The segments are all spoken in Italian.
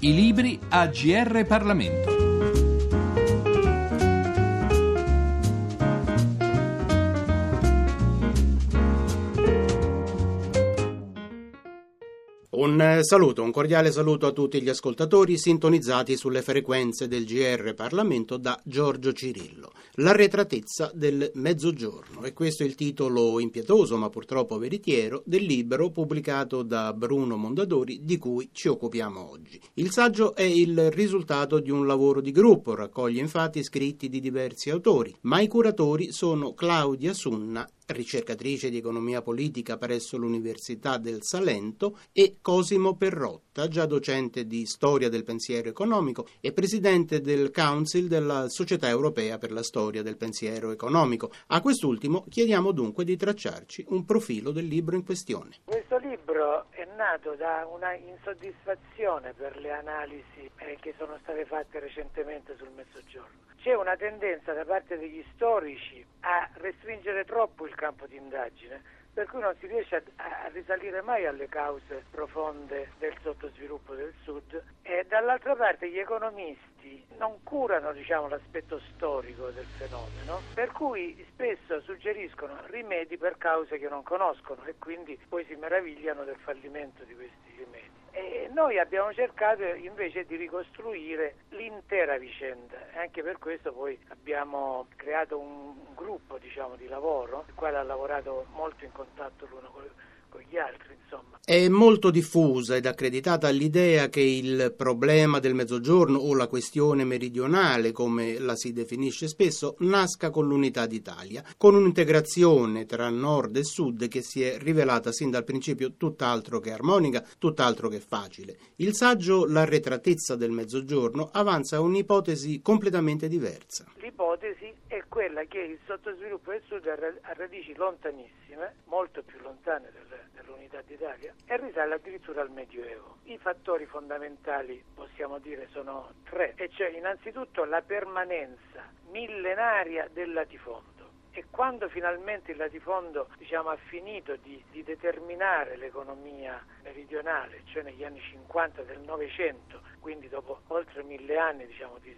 I libri a GR Parlamento. Un cordiale saluto a tutti gli ascoltatori sintonizzati sulle frequenze del GR Parlamento da Giorgio Cirillo. L'arretratezza del Mezzogiorno, e questo è il titolo impietoso ma purtroppo veritiero del libro pubblicato da Bruno Mondadori di cui ci occupiamo oggi. Il saggio è il risultato di un lavoro di gruppo, raccoglie infatti scritti di diversi autori, ma i curatori sono Claudia Sunna, ricercatrice di economia politica presso l'Università del Salento, e Cosimo Perrotta, già docente di storia del pensiero economico e presidente del Council della Società Europea per la Storia del Pensiero Economico. A quest'ultimo chiediamo dunque di tracciarci un profilo del libro in questione. Questo libro è nato da una insoddisfazione per le analisi che sono state fatte recentemente sul Mezzogiorno. C'è una tendenza da parte degli storici a restringere troppo il campo di indagine, per cui non si riesce a risalire mai alle cause profonde del sottosviluppo del Sud, e dall'altra parte gli economisti non curano, l'aspetto storico del fenomeno, per cui spesso suggeriscono rimedi per cause che non conoscono e quindi poi si meravigliano del fallimento di questi rimedi. E noi abbiamo cercato invece di ricostruire l'intera vicenda, e anche per questo poi abbiamo creato un gruppo di lavoro, il quale ha lavorato molto in contatto l'uno con gli altri, insomma. È molto diffusa ed accreditata l'idea che il problema del Mezzogiorno o la questione meridionale, come la si definisce spesso, nasca con l'unità d'Italia, con un'integrazione tra nord e sud che si è rivelata sin dal principio tutt'altro che armonica, tutt'altro che facile. Il saggio L'arretratezza del Mezzogiorno avanza un'ipotesi completamente diversa. L'ipotesi è quella che il sottosviluppo del Sud ha radici lontanissime, molto più lontane dell'unità d'Italia, e risale addirittura al Medioevo. I fattori fondamentali, possiamo dire, sono tre, e cioè innanzitutto la permanenza millenaria del latifondo. E quando finalmente il latifondo ha finito di determinare l'economia meridionale, cioè negli anni 50 del Novecento, quindi dopo oltre 1000 anni di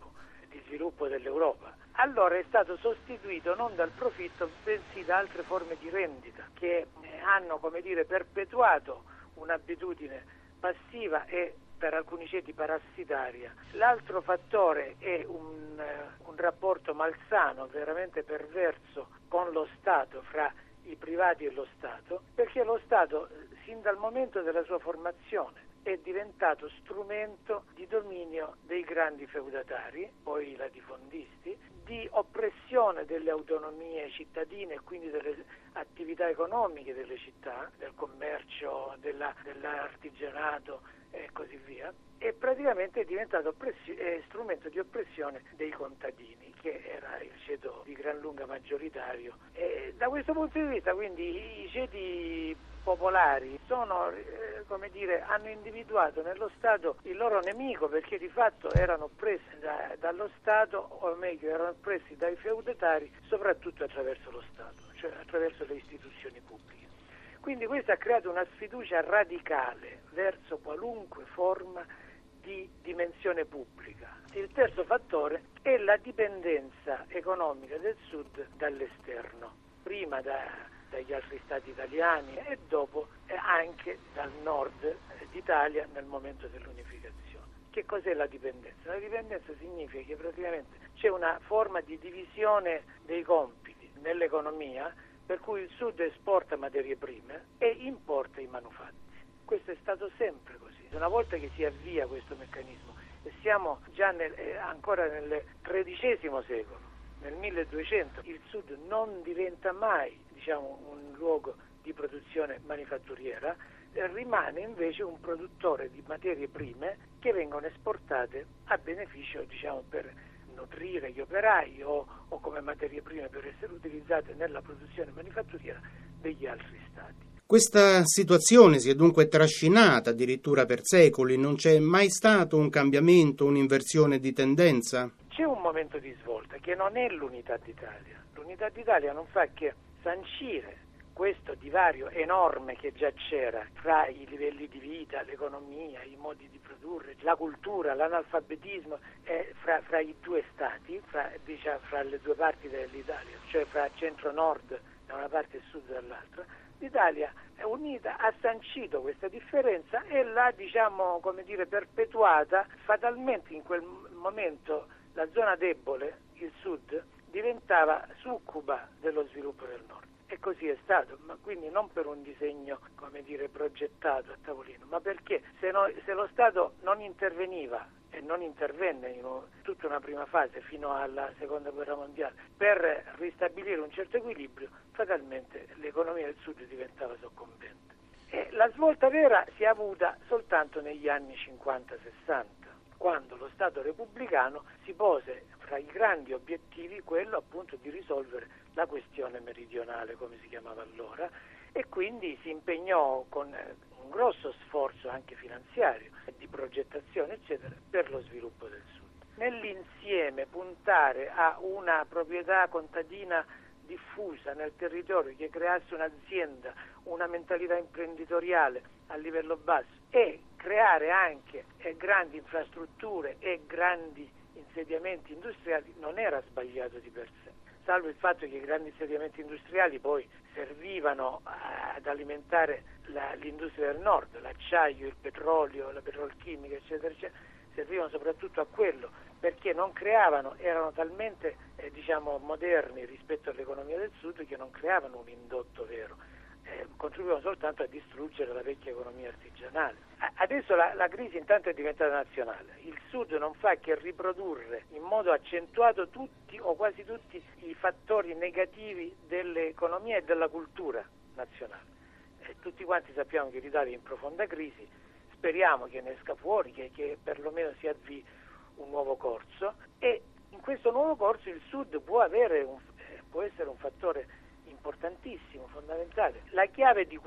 sviluppo dell'Europa, allora è stato sostituito non dal profitto bensì da altre forme di rendita che hanno perpetuato un'abitudine passiva e per alcuni ceti parassitaria. L'altro fattore è un rapporto malsano, veramente perverso, con lo Stato, fra i privati e lo Stato, perché lo Stato sin dal momento della sua formazione è diventato strumento di dominio dei grandi feudatari, poi i latifondisti, di oppressione delle autonomie cittadine e quindi delle attività economiche delle città, del commercio, dell'artigianato e così via, e praticamente è diventato strumento di oppressione dei contadini, che era il ceto di gran lunga maggioritario. E da questo punto di vista, quindi, i ceti popolari hanno individuato nello Stato il loro nemico, perché di fatto erano oppressi dallo Stato, o meglio erano oppressi dai feudatari, soprattutto attraverso lo Stato, cioè attraverso le istituzioni pubbliche. Quindi questo ha creato una sfiducia radicale verso qualunque forma di dimensione pubblica. Il terzo fattore è la dipendenza economica del Sud dall'esterno, prima dagli altri stati italiani e dopo anche dal nord d'Italia nel momento dell'unificazione. Che cos'è la dipendenza? La dipendenza significa che praticamente c'è una forma di divisione dei compiti nell'economia, per cui il Sud esporta materie prime e importa i manufatti. Questo è stato sempre così. Una volta che si avvia questo meccanismo, e siamo già ancora nel XIII secolo, nel 1200, il Sud non diventa mai un luogo di produzione manifatturiera, rimane invece un produttore di materie prime che vengono esportate a beneficio per nutrire gli operai o come materie prime per essere utilizzate nella produzione manifatturiera degli altri stati. Questa situazione si è dunque trascinata addirittura per secoli, non c'è mai stato un cambiamento, un'inversione di tendenza? C'è un momento di svolta che non è l'unità d'Italia. L'unità d'Italia non fa che sancire questo divario enorme che già c'era fra i livelli di vita, l'economia, i modi di produrre, la cultura, l'analfabetismo, fra i due stati, fra le due parti dell'Italia, cioè fra centro-nord da una parte e sud dall'altra, l'Italia è unita, ha sancito questa differenza e l'ha, perpetuata fatalmente. In quel momento la zona debole, il sud, diventava succuba dello sviluppo del nord. E così è stato, ma quindi non per un disegno, progettato a tavolino, ma perché se lo Stato non interveniva e non intervenne in tutta una prima fase fino alla seconda guerra mondiale per ristabilire un certo equilibrio, fatalmente l'economia del sud diventava soccombente. E la svolta vera si è avuta soltanto negli anni 50-60, quando lo Stato repubblicano si pose fra i grandi obiettivi quello appunto di risolvere la questione meridionale, come si chiamava allora, e quindi si impegnò con un grosso sforzo anche finanziario, di progettazione eccetera, per lo sviluppo del sud. Nell'insieme puntare a una proprietà contadina diffusa nel territorio che creasse un'azienda, una mentalità imprenditoriale a livello basso e creare anche grandi infrastrutture e grandi insediamenti industriali non era sbagliato di per sé, salvo il fatto che i grandi insediamenti industriali poi servivano ad alimentare l'industria del nord, l'acciaio, il petrolio, la petrolchimica eccetera eccetera, servivano soprattutto a quello, perché non creavano, erano talmente moderni rispetto all'economia del sud che non creavano un indotto vero, contribuivano soltanto a distruggere la vecchia economia artigianale. Adesso la crisi intanto è diventata nazionale, il sud non fa che riprodurre in modo accentuato tutti o quasi tutti i fattori negativi dell'economia e della cultura nazionale. Tutti quanti sappiamo che l'Italia è in profonda crisi, speriamo che ne esca fuori, che perlomeno si avvii un nuovo corso, e in questo nuovo corso il sud può essere un fattore importantissimo, fondamentale. La chiave di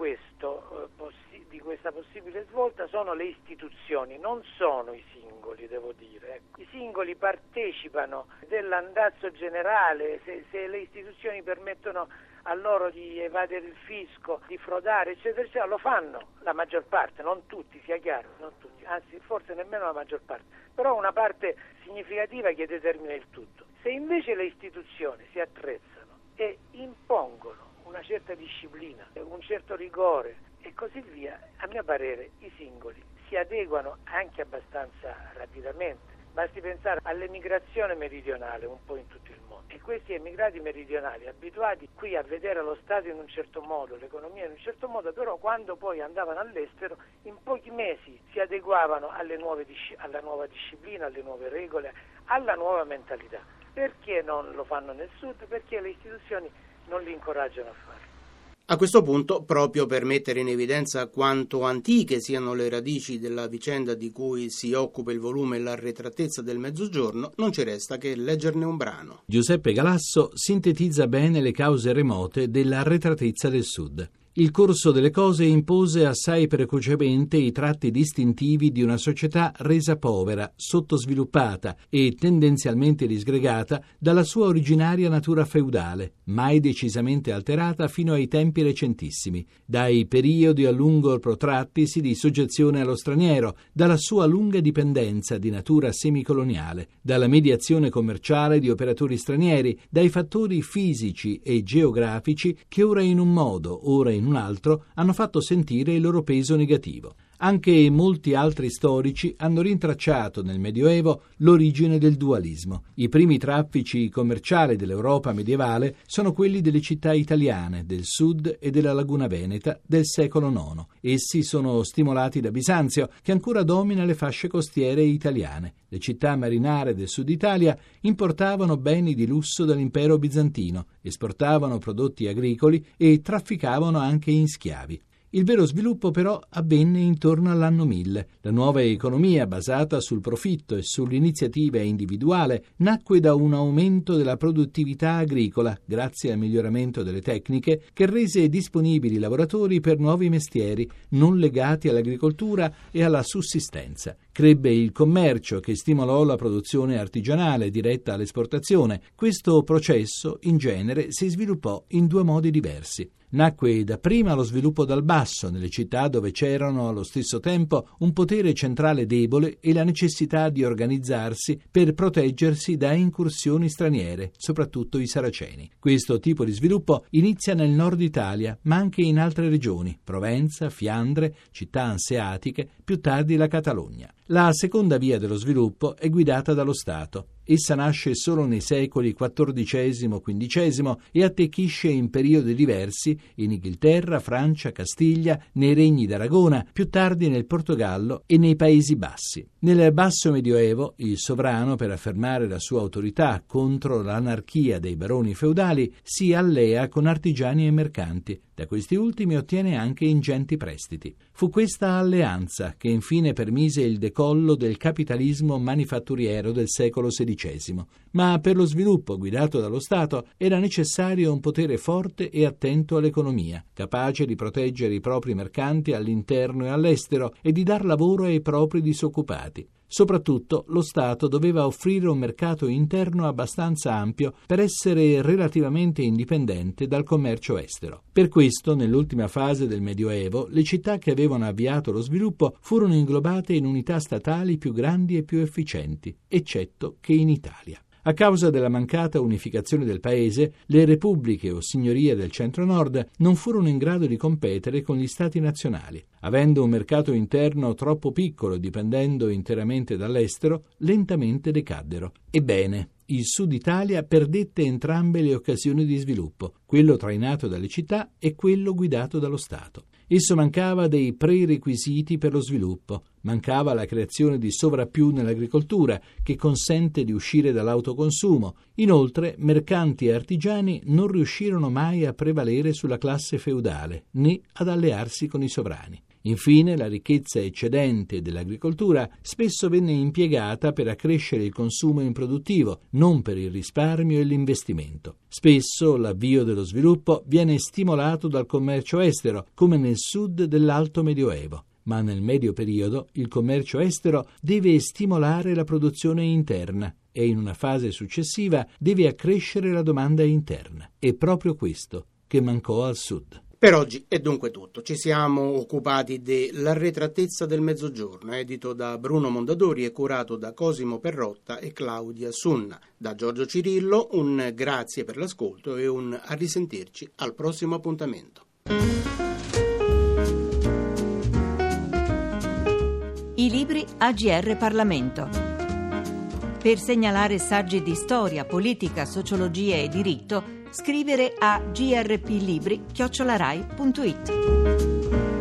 questa possibile svolta sono le istituzioni, non sono i singoli, devo dire. I singoli partecipano dell'andazzo generale, se le istituzioni permettono a loro di evadere il fisco, di frodare, eccetera, eccetera, lo fanno la maggior parte, non tutti, sia chiaro, non tutti, anzi forse nemmeno la maggior parte, però una parte significativa che determina il tutto. Se invece le istituzioni si attrezzano e impongono una certa disciplina, un certo rigore e così via, a mio parere i singoli si adeguano anche abbastanza rapidamente. Basti pensare all'emigrazione meridionale un po' in tutto il mondo, e questi emigrati meridionali abituati qui a vedere lo Stato in un certo modo, l'economia in un certo modo, però quando poi andavano all'estero in pochi mesi si adeguavano alla nuova disciplina, alle nuove regole, alla nuova mentalità. Perché non lo fanno nel sud? Perché le istituzioni non li incoraggiano a farlo. A questo punto, proprio per mettere in evidenza quanto antiche siano le radici della vicenda di cui si occupa il volume L'arretratezza del Mezzogiorno, non ci resta che leggerne un brano. Giuseppe Galasso sintetizza bene le cause remote dell'arretratezza del Sud. Il corso delle cose impose assai precocemente i tratti distintivi di una società resa povera, sottosviluppata e tendenzialmente disgregata dalla sua originaria natura feudale, mai decisamente alterata fino ai tempi recentissimi, dai periodi a lungo protrattisi di soggezione allo straniero, dalla sua lunga dipendenza di natura semicoloniale, dalla mediazione commerciale di operatori stranieri, dai fattori fisici e geografici che ora in un modo, ora in un altro, hanno fatto sentire il loro peso negativo. Anche molti altri storici hanno rintracciato nel Medioevo l'origine del dualismo. I primi traffici commerciali dell'Europa medievale sono quelli delle città italiane, del sud e della laguna veneta del secolo IX. Essi sono stimolati da Bisanzio, che ancora domina le fasce costiere italiane. Le città marinare del sud Italia importavano beni di lusso dall'impero bizantino, esportavano prodotti agricoli e trafficavano anche in schiavi. Il vero sviluppo però avvenne intorno all'anno 1000. La nuova economia, basata sul profitto e sull'iniziativa individuale, nacque da un aumento della produttività agricola, grazie al miglioramento delle tecniche, che rese disponibili i lavoratori per nuovi mestieri, non legati all'agricoltura e alla sussistenza. Crebbe il commercio, che stimolò la produzione artigianale diretta all'esportazione. Questo processo, in genere, si sviluppò in due modi diversi. Nacque dapprima lo sviluppo dal basso, nelle città dove c'erano allo stesso tempo un potere centrale debole e la necessità di organizzarsi per proteggersi da incursioni straniere, soprattutto i saraceni. Questo tipo di sviluppo inizia nel nord Italia, ma anche in altre regioni, Provenza, Fiandre, città anseatiche, più tardi la Catalogna. La seconda via dello sviluppo è guidata dallo Stato. Essa nasce solo nei secoli XIV-XV e attecchisce in periodi diversi in Inghilterra, Francia, Castiglia, nei regni d'Aragona, più tardi nel Portogallo e nei Paesi Bassi. Nel basso Medioevo il sovrano, per affermare la sua autorità contro l'anarchia dei baroni feudali, si allea con artigiani e mercanti. Da questi ultimi ottiene anche ingenti prestiti. Fu questa alleanza che infine permise il decollo del capitalismo manifatturiero del secolo XVI. Ma per lo sviluppo guidato dallo Stato era necessario un potere forte e attento all'economia, capace di proteggere i propri mercanti all'interno e all'estero e di dar lavoro ai propri disoccupati. Soprattutto lo Stato doveva offrire un mercato interno abbastanza ampio per essere relativamente indipendente dal commercio estero. Per questo, nell'ultima fase del Medioevo, le città che avevano avviato lo sviluppo furono inglobate in unità statali più grandi e più efficienti, eccetto che in Italia. A causa della mancata unificazione del paese, le repubbliche o signorie del centro-nord non furono in grado di competere con gli stati nazionali. Avendo un mercato interno troppo piccolo e dipendendo interamente dall'estero, lentamente decaddero. Ebbene, il Sud Italia perdette entrambe le occasioni di sviluppo, quello trainato dalle città e quello guidato dallo Stato. Esso mancava dei prerequisiti per lo sviluppo, mancava la creazione di sovrappiù nell'agricoltura che consente di uscire dall'autoconsumo. Inoltre, mercanti e artigiani non riuscirono mai a prevalere sulla classe feudale, né ad allearsi con i sovrani. Infine, la ricchezza eccedente dell'agricoltura spesso venne impiegata per accrescere il consumo improduttivo, non per il risparmio e l'investimento. Spesso l'avvio dello sviluppo viene stimolato dal commercio estero, come nel sud dell'Alto Medioevo. Ma nel medio periodo il commercio estero deve stimolare la produzione interna e in una fase successiva deve accrescere la domanda interna. È proprio questo che mancò al sud. Per oggi è dunque tutto. Ci siamo occupati dell'arretratezza del Mezzogiorno, edito da Bruno Mondadori e curato da Cosimo Perrotta e Claudia Sunna. Da Giorgio Cirillo un grazie per l'ascolto e un a risentirci al prossimo appuntamento. I libri AGR Parlamento. Per segnalare saggi di storia, politica, sociologia e diritto, scrivere a grplibri@rai.it.